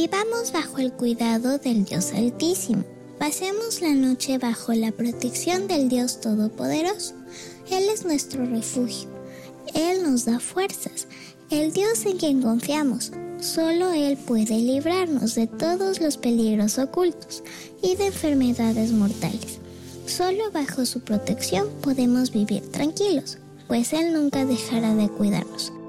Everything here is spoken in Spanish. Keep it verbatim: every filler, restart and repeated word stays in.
Vivamos bajo el cuidado del Dios Altísimo. Pasemos la noche bajo la protección del Dios Todopoderoso. Él es nuestro refugio. Él nos da fuerzas. El Dios en quien confiamos. Solo Él puede librarnos de todos los peligros ocultos y de enfermedades mortales. Solo bajo su protección podemos vivir tranquilos, pues Él nunca dejará de cuidarnos.